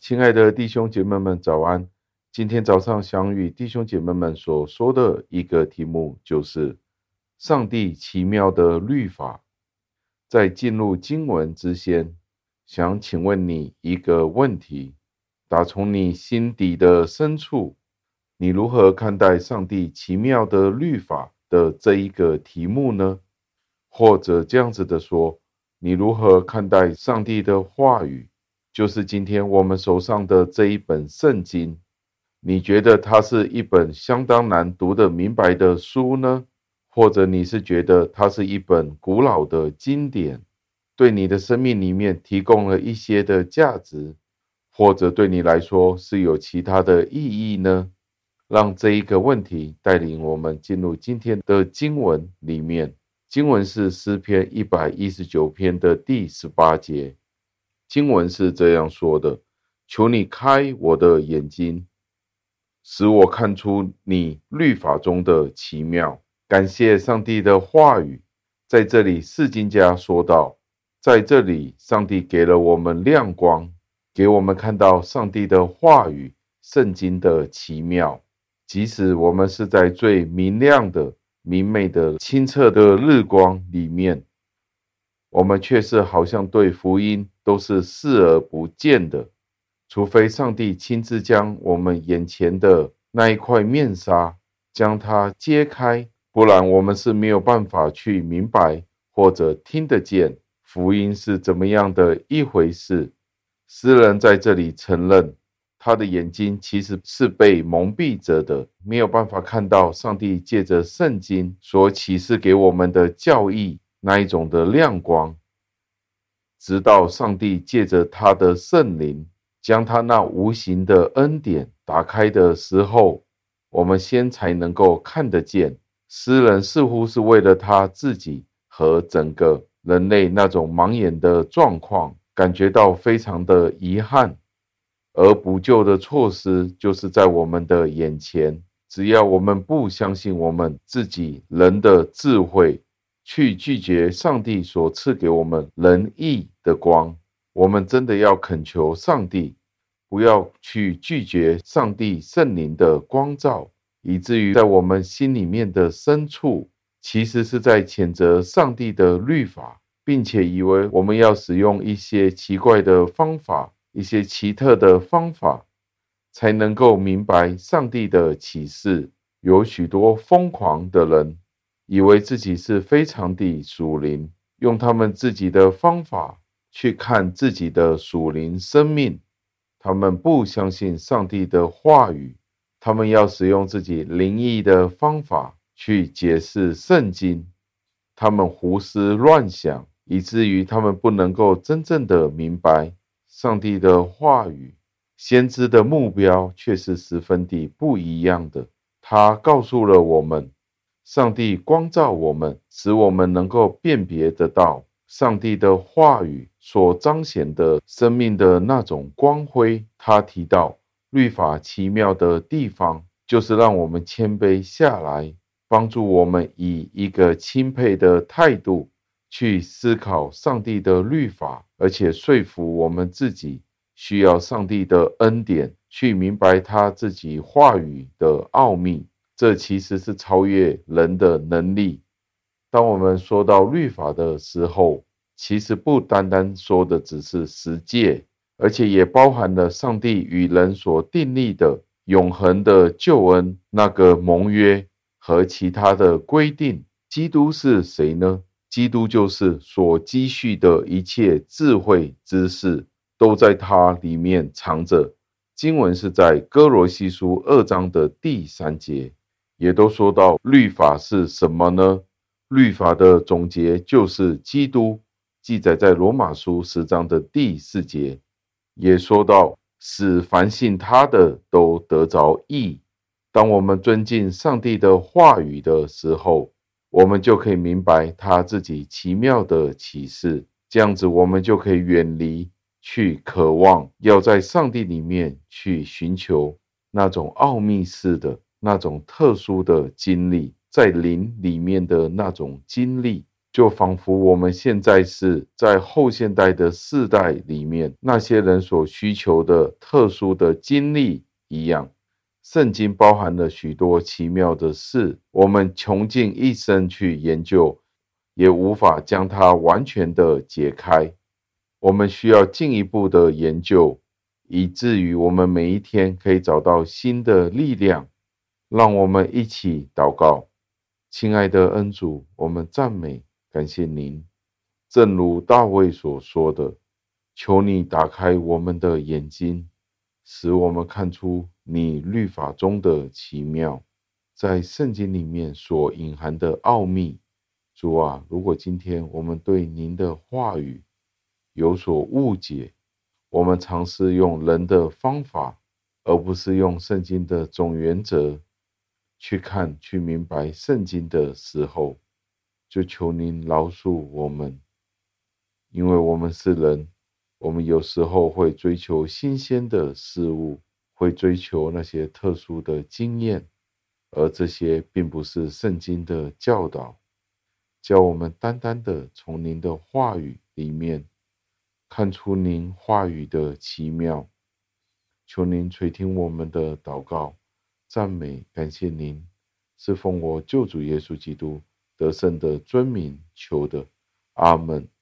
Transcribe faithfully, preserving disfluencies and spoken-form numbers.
亲爱的弟兄姐妹们，早安！今天早上想与弟兄姐妹们所说的一个题目就是上帝奇妙的律法。在进入经文之前，想请问你一个问题，打从你心底的深处，你如何看待上帝奇妙的律法的这一个题目呢？或者这样子的说，你如何看待上帝的话语，就是今天我们手上的这一本圣经？你觉得它是一本相当难读得明白的书呢？或者你是觉得它是一本古老的经典，对你的生命里面提供了一些的价值，或者对你来说是有其他的意义呢？让这一个问题带领我们进入今天的经文里面。经文是诗篇一百一十九篇的第十八节，经文是这样说的：求你开我的眼睛，使我看出你律法中的奇妙。感谢上帝的话语。在这里释经家说道，在这里上帝给了我们亮光，给我们看到上帝的话语圣经的奇妙。即使我们是在最明亮的明媚的清澈的日光里面，我们却是好像对福音都是视而不见的，除非上帝亲自将我们眼前的那一块面纱将它揭开，不然我们是没有办法去明白或者听得见福音是怎么样的一回事。诗人在这里承认，他的眼睛其实是被蒙蔽着的，没有办法看到上帝借着圣经所启示给我们的教义那一种的亮光，直到上帝借着他的圣灵将他那无形的恩典打开的时候，我们先才能够看得见。诗人似乎是为了他自己和整个人类那种盲眼的状况感觉到非常的遗憾，而补救的措施就是在我们的眼前。只要我们不相信我们自己人的智慧，去拒绝上帝所赐给我们仁义的光，我们真的要恳求上帝不要去拒绝上帝圣灵的光照，以至于在我们心里面的深处其实是在谴责上帝的律法，并且以为我们要使用一些奇怪的方法，一些奇特的方法才能够明白上帝的启示。有许多疯狂的人以为自己是非常的属灵，用他们自己的方法去看自己的属灵生命。他们不相信上帝的话语，他们要使用自己灵异的方法去解释圣经。他们胡思乱想，以至于他们不能够真正的明白上帝的话语。先知的目标却是十分的不一样的。他告诉了我们，上帝光照我们，使我们能够辨别得到上帝的话语所彰显的生命的那种光辉。他提到律法奇妙的地方，就是让我们谦卑下来，帮助我们以一个钦佩的态度去思考上帝的律法，而且说服我们自己需要上帝的恩典，去明白他自己话语的奥秘。这其实是超越人的能力。当我们说到律法的时候，其实不单单说的只是十诫，而且也包含了上帝与人所订立的永恒的救恩，那个盟约和其他的规定。基督是谁呢？基督就是所积蓄的一切智慧知识都在他里面藏着。经文是在哥罗西书二章的第三节，也都说到律法是什么呢？律法的总结就是基督，记载在罗马书十章的第四节，也说到使凡信他的都得着义。当我们尊敬上帝的话语的时候，我们就可以明白他自己奇妙的启示，这样子我们就可以远离去渴望要在上帝里面去寻求那种奥秘式的那种特殊的经历，在灵里面的那种经历。 就仿佛我们现在是在后现代的世代里面那些人所需求的特殊的经历一样。圣经包含了许多奇妙的事，我们穷尽一生去研究，也无法将它完全的解开。我们需要进一步的研究，以至于我们每一天可以找到新的力量。让我们一起祷告。亲爱的恩主，我们赞美感谢您，正如大卫所说的，求你打开我们的眼睛，使我们看出你律法中的奇妙，在圣经里面所隐含的奥秘。主啊，如果今天我们对您的话语有所误解，我们尝试用人的方法，而不是用圣经的总原则去看、去明白圣经的时候，就求您饶恕我们，因为我们是人，我们有时候会追求新鲜的事物，会追求那些特殊的经验，而这些并不是圣经的教导。叫我们单单的从您的话语里面看出您话语的奇妙。求您垂听我们的祷告，赞美感谢您，是奉我救主耶稣基督得胜的尊名求的，阿们。